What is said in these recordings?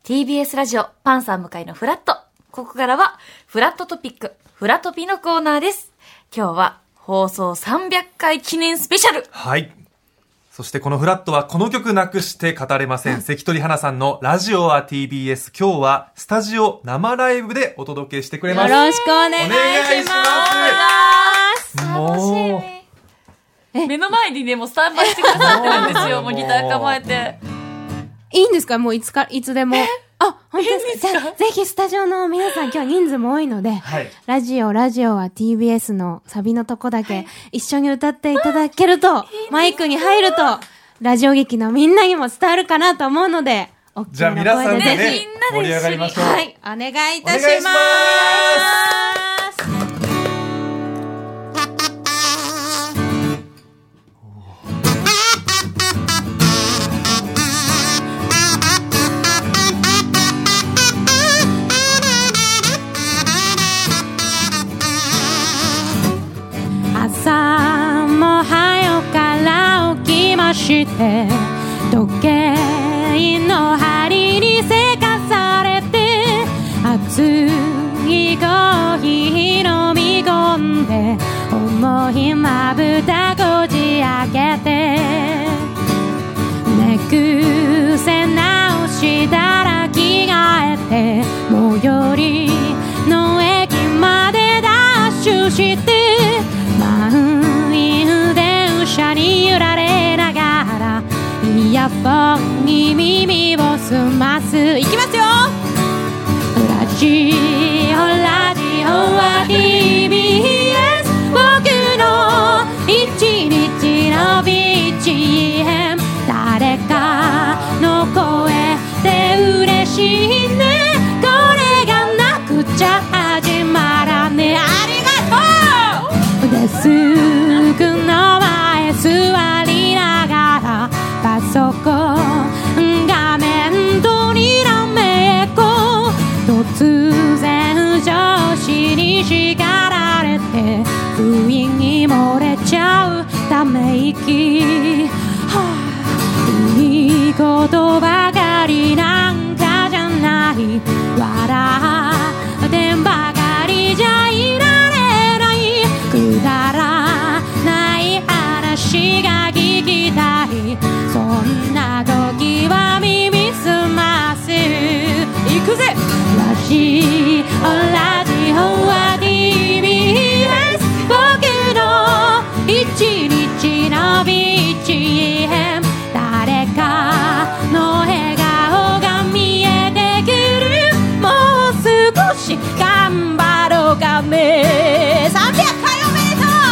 TBS ラジオパンサー向井のフラット。ここからはフラットトピック、フラトピのコーナーです。今日は放送300回記念スペシャル。 はい。そしてこのフラットはこの曲なくして語れません。関取花さんのラジオは TBS。今日はスタジオ生ライブでお届けしてくれます。 よろしくお願いします。 もう目の前にねもうスタンバイしてくださってるんですよ。もうギター構えて。 いいんですか？もういつでも。あ、本当ですか？じゃあぜひスタジオの皆さん、今日人数も多いので、はい、ラジオは TBS のサビのとこだけ一緒に歌っていただけると、マイクに入るとラジオ劇のみんなにも伝わるかなと思うので、大きな声でぜひ、 じゃあ皆さんでね、盛り上がりましょう。 はい、お願いいたします。朝も早から起きまして、時計の針にせかされて、熱いコーヒー飲み込んで、重いまぶたこじ開けて、寝癖直したら着替えて、最寄りの駅までダッシュして、満員電車に揺られながらイヤホンに耳を澄ます。いきますよ。ラジオは TBS、 僕の一日の BGM、 誰かの声で嬉しいね、これがなくちゃ始まらねえ。ありがとう。デスクの前座りながらパソコン画面とにらめっこ、突然上司に叱られて不意に漏れちゃうため息、いいことばかりなんかじゃない、笑ってばかりじゃいられない、くだらない話が聞きたい、そんな時は耳すます。いくぜ。ラジオは TBS、 僕の一日の BGM、 誰かの笑顔が見えてくる、もう少し頑張ろうかね。300回おめでとう。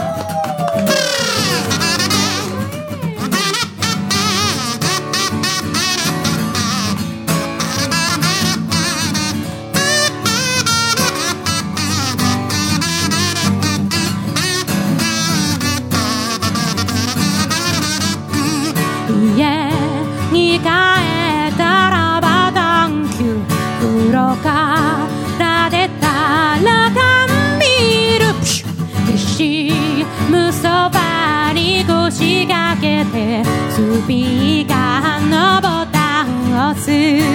家に帰ったらバタンキュー、風呂から出たら缶ビールプシュ、レシームそばに腰掛けてスピーカーのボタンを押す。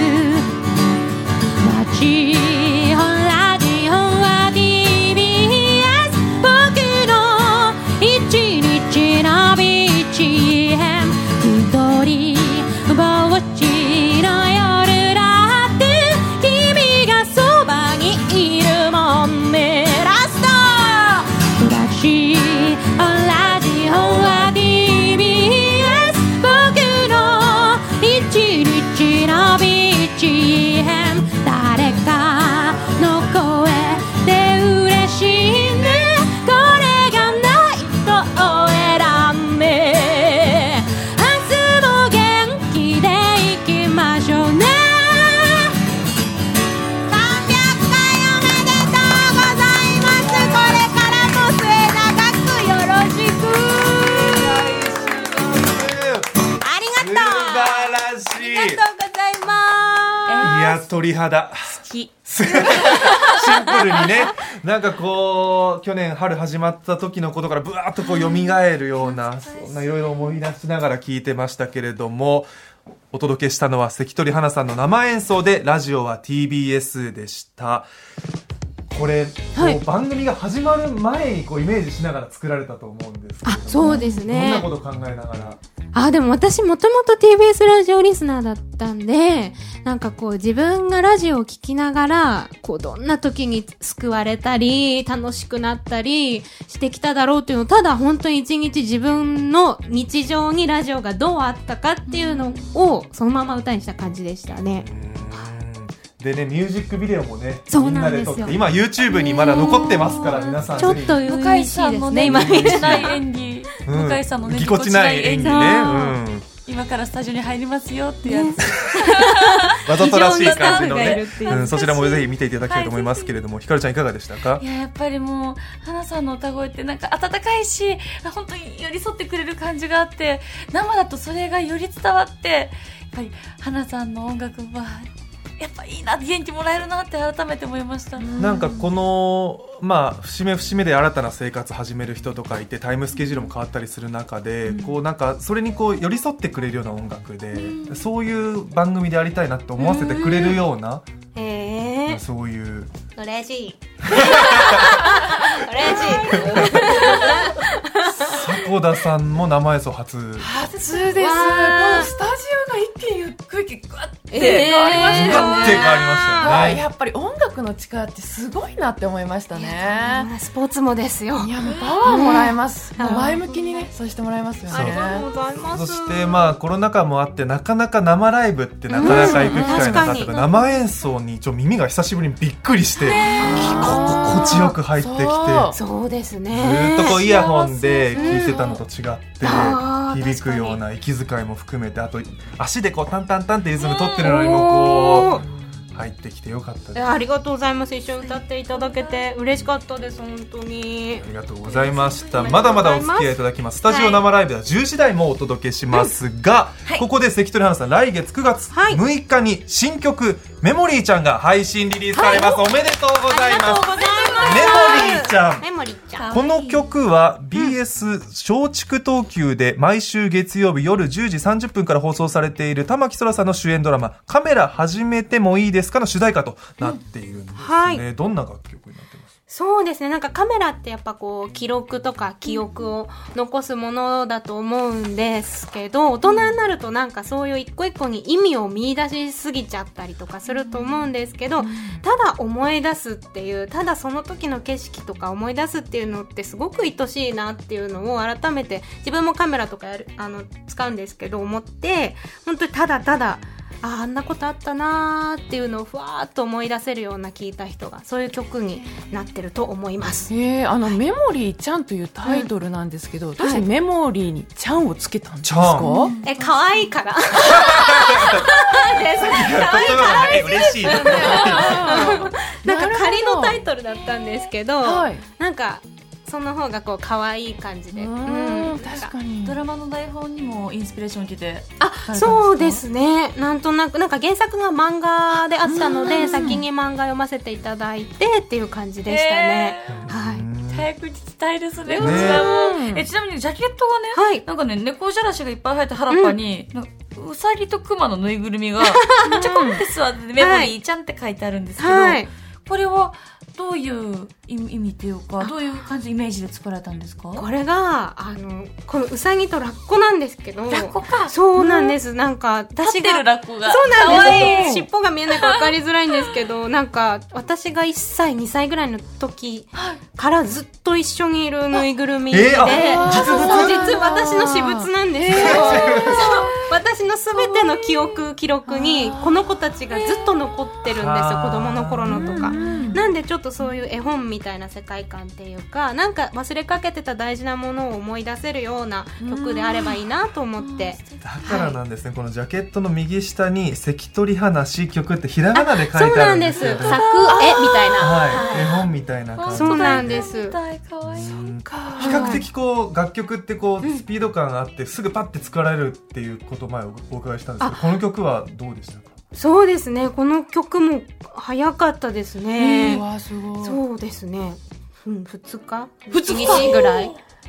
ラジオは TBS、 僕の一日の BGM、 一人ぼっちの夜だって君がそばにいるもんね。ラスト。ラジオは TBS、 僕の一日の BGM、 誰かの声で嬉しいね、これがないと終えらんね。明日も元気でいきましょうね。300回おめでとうございます。これからも末永くよろしく。ありがとう。 素晴らしい。 ありがとうございます。 いや、鳥肌。 好き。 シンプルにね、なんかこう去年春始まった時のことからブワーッとこう蘇るような、そんないろいろ思い出しながら聞いてましたけれども、 お届けしたのは関取花さんの生演奏でラジオは TBS でした。これ、 はい、 番組が始まる前にイメージしながら作られたと思うんですけど、 そうですね。 どんなこと考えながら。 でも私もともと TBS ラジオリスナーだったんで、なんか自分がラジオを聞きながら、どんな時に救われたり、楽しくなったりしてきただろうっていうのを、ただ本当に一日自分の日常にラジオがどうあったかっていうのを、そのまま歌にした感じでしたね。 でね、ミュージックビデオもね、 みんなで撮って、今 YouTube にまだ残ってますから、皆さん。 ちょっと向井さんのね、今ぎこちない演技。向井さんのね、 ぎこちない演技ね。 今からスタジオに入りますよってやつ。 わざとらしい感じのね、そちらもぜひ見ていただきたいと思いますけれども、ひかるちゃんいかがでしたか？ いや、やっぱりもう、花さんの歌声ってなんか温かいし、本当に寄り添ってくれる感じがあって、生だとそれがより伝わって、やっぱり花さんの音楽は、やっぱいいな、元気もらえるなって改めて思いました。 なんかこの節目節目で新たな生活始める人とかいて、タイムスケジュールも変わったりする中で、なんかそれに寄り添ってくれるような音楽で、そういう番組でありたいなって思わせてくれるような、そういう嬉しい迫田さんも生演奏初です。このスタジオが一気に空気ガッて変わりましたよね。 ガッて変わりましたよね。 やっぱり音楽の力ってすごいなって思いましたね。 スポーツもですよ。 いや、もうパワーもらえます。もう前向きにね、させてもらいますよね。 ありがとうございます。 そしてコロナ禍もあってなかなか生ライブってなかなか行く機会なかったから、生演奏に耳が久しぶりにびっくりして、心地よく入ってきて、 そうですね。 ずっとイヤホンで聴いてたのと違って響くような息遣いも含めて、あと足でタンタンタンってリズム取ってるのにも入ってきてよかったです。 ありがとうございます。一緒に歌っていただけて嬉しかったです。本当にありがとうございました。まだまだお付き合いいただきます。スタジオ生ライブは10時台もお届けしますが、ここで関取花さん、来月9月6日に新曲メモリーちゃんが配信リリースされます。おめでとうございます。メモリーちゃん。この曲は BS 松竹東急で毎週月曜日夜10時30分から放送されている玉木空さんの主演ドラマカメラ始めてもいいですかの主題歌となっているんですね。どんな楽曲になってます？ そうですね。なんかカメラってやっぱ記録とか記憶を残すものだと思うんですけど、大人になるとなんかそういう一個一個に意味を見出しすぎちゃったりとかすると思うんですけど、ただ思い出すっていう、ただその時の景色とか思い出すっていうのってすごく愛しいなっていうのを改めて、自分もカメラとか使うんですけど思って、本当にただただあんなことあったなーっていうのをふわーっと思い出せるような、聞いた人がそういう曲になってると思います。 メモリーちゃんというタイトルなんですけど、どうしてメモリーにちゃんをつけたんですか？ 可愛いから可愛いから嬉しいなんか仮のタイトルだったんですけど、なんかその方が可愛い感じで、 確かにドラマの台本にもインスピレーションを受けて、 そうですね。なんとなくなんか原作が漫画であったので、先に漫画読ませていただいてっていう感じでしたね。 早く聞きたいですね、こちらも。ちなみにジャケットがね、なんかね、猫じゃらしがいっぱい入った原っぱに、うさぎとクマのぬいぐるみがちょこって座ってメモリーちゃんって書いてあるんですけど、これはどういう意味というか、どういう感じ、イメージで作られたんですか？ これがこのうさぎとラッコなんですけど。 ラッコか。 そうなんです。なんか私が立ってるラッコが、 そうなんです。尻尾が見えないから分かりづらいんですけど、なんか私が1歳2歳ぐらいの時からずっと一緒にいるぬいぐるみで、実は私の私物なんですけど、私のすべての記録にこの子たちがずっと残ってるんですよ、子供の頃のとか。なんでちょっとそういう絵本みたいな世界観っていうか、なんか忘れかけてた大事なものを思い出せるような曲であればいいなと思って。 だからなんですね、このジャケットの右下に関取花詩曲ってひらがなで書いてあるんですけど、 そうなんです。作絵みたいな、 絵本みたいな感じ。 そうなんです。 かわいい。 比較的楽曲ってスピード感があってすぐパッて作られるっていうことを前お伺いしたんですけど、この曲はどうでしたか？ そうですね、この曲も早かったですね。 すごい。 そうですね、2日ぐらい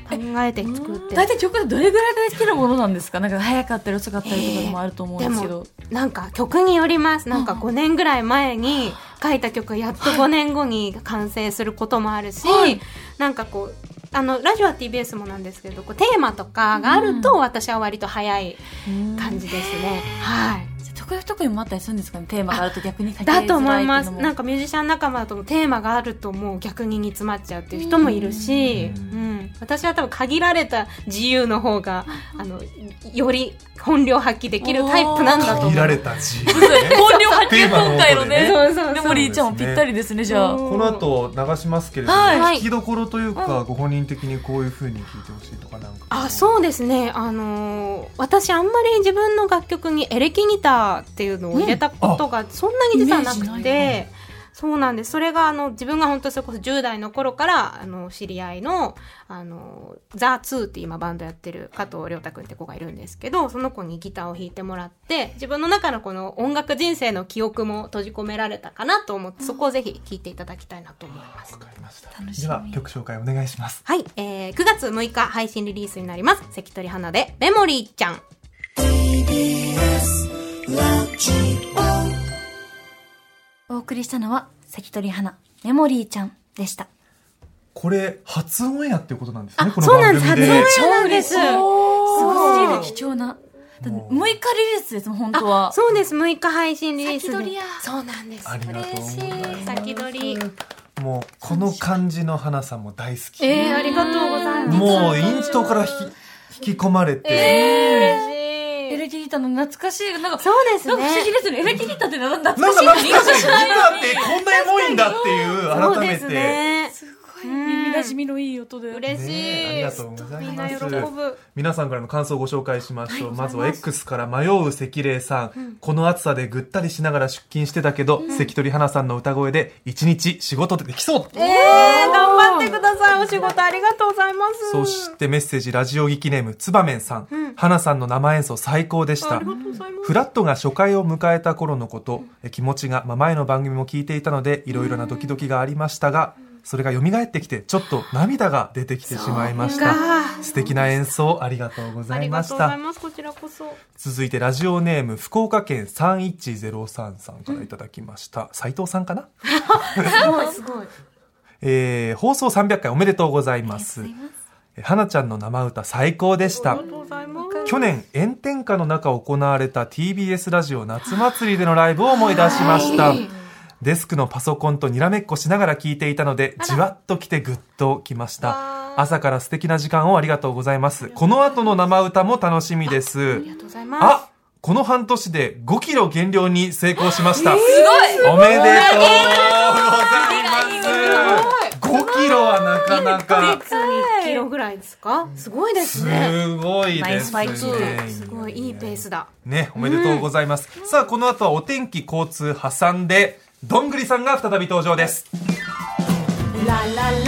えて作って。 大体曲でどれぐらいでできるものなんですか？なんか早かったり遅かったりとかもあると思うんですけど。 なんか曲によります。なんか5年ぐらい前に書いた曲がやっと5年後に完成することもあるし、なんかこう、ラジオは TBS もなんですけど、こうテーマとかがあると、私は割と早い感じですね。はい。 特にもあったりするんですかね？テーマがあると逆に書きづらいっていうのも。 だと思います。なんかミュージシャン仲間だとテーマがあるともう逆に煮詰まっちゃうっていう人もいるし、私は多分限られた自由の方がより本領発揮できるタイプなんだと思う。 限られた自由、 本領発揮、今回のねそうメモリーちゃんもぴったりですね。じゃあこの後流しますけれども、聞きどころというか、ご本人的にこういう風に聴いてほしいとかなんか。 そうですね。私あんまり自分の楽曲にエレキギターっていうのを入れたことがそんなに実はなくて、そうなんです。それが自分が本当それこそ10代の頃から知り合いのザ・ツーって今バンドやってる加藤亮太くんって子がいるんですけど、その子にギターを弾いてもらって、自分の中のこの音楽人生の記憶も閉じ込められたかなと思って、そこをぜひ聴いていただきたいなと思います。 わかりました。では曲紹介お願いします。 はい、9月6日配信リリースになります。関取花でメモリーちゃん。 お送りしたのは関取花メモリーちゃんでした。 これ初オンエアっていうことなんですね。このそうなんです。 番組で初オンエアなんです。 すごい貴重な。6日リリースですもん本当は。 そうです。6日配信リリースで。 先取りや。 そうなんです。 ありがとうございます。 先取り。 もうこの感じの花さんも大好き。 ありがとうございます。 もうインストから引き込まれて。 嬉しい。 エレキギターの懐かしい。なんかそうですね。 なんか不思議ですね。エレキギターって懐かしい。 なんか懐かしい。ギターってこんなエモいんだっていう改めて。 すごい耳馴染みのいい音で嬉しい。 ありがとうございます。 みんな喜ぶ。 皆さんからの感想をご紹介しましょう。まずは X から迷う関霊さん、この暑さでぐったりしながら出勤してたけど、関取花さんの歌声で一日仕事できそう。 頑張ってください。お仕事ありがとうございます。 そしてメッセージラジオ劇ネームつばめんさん、花さんの生演奏最高でした。フラットが初回を迎えた頃のこと、気持ちが前の番組も聞いていたのでいろいろなドキドキがありましたが、それが蘇ってきてちょっと涙が出てきてしまいました。素敵な演奏ありがとうございました。 ありがとうございます。こちらこそ。 続いてラジオネーム福岡県3103さんからいただきました。斉藤さんかなすごい。 放送300回おめでとうございます。花ちゃんの生歌最高でした。去年炎天下の中行われた TBS ラジオ夏祭りでのライブを思い出しました。デスクのパソコンとにらめっこしながら聞いていたのでじわっときてグッときました。朝から素敵な時間をありがとうございます。この後の生歌も楽しみです。 ありがとうございます。 この半年で5キロ減量に成功しました。 すごい。 おめでとうございます。5キロはなかなか。 1ヶ月に1キロぐらいですか？すごいですね。 すごいですね。 すごいいいペースだ。 ね、おめでとうございます。さあ、この後はお天気交通挟んで、どんぐりさんが再び登場です。 ラララ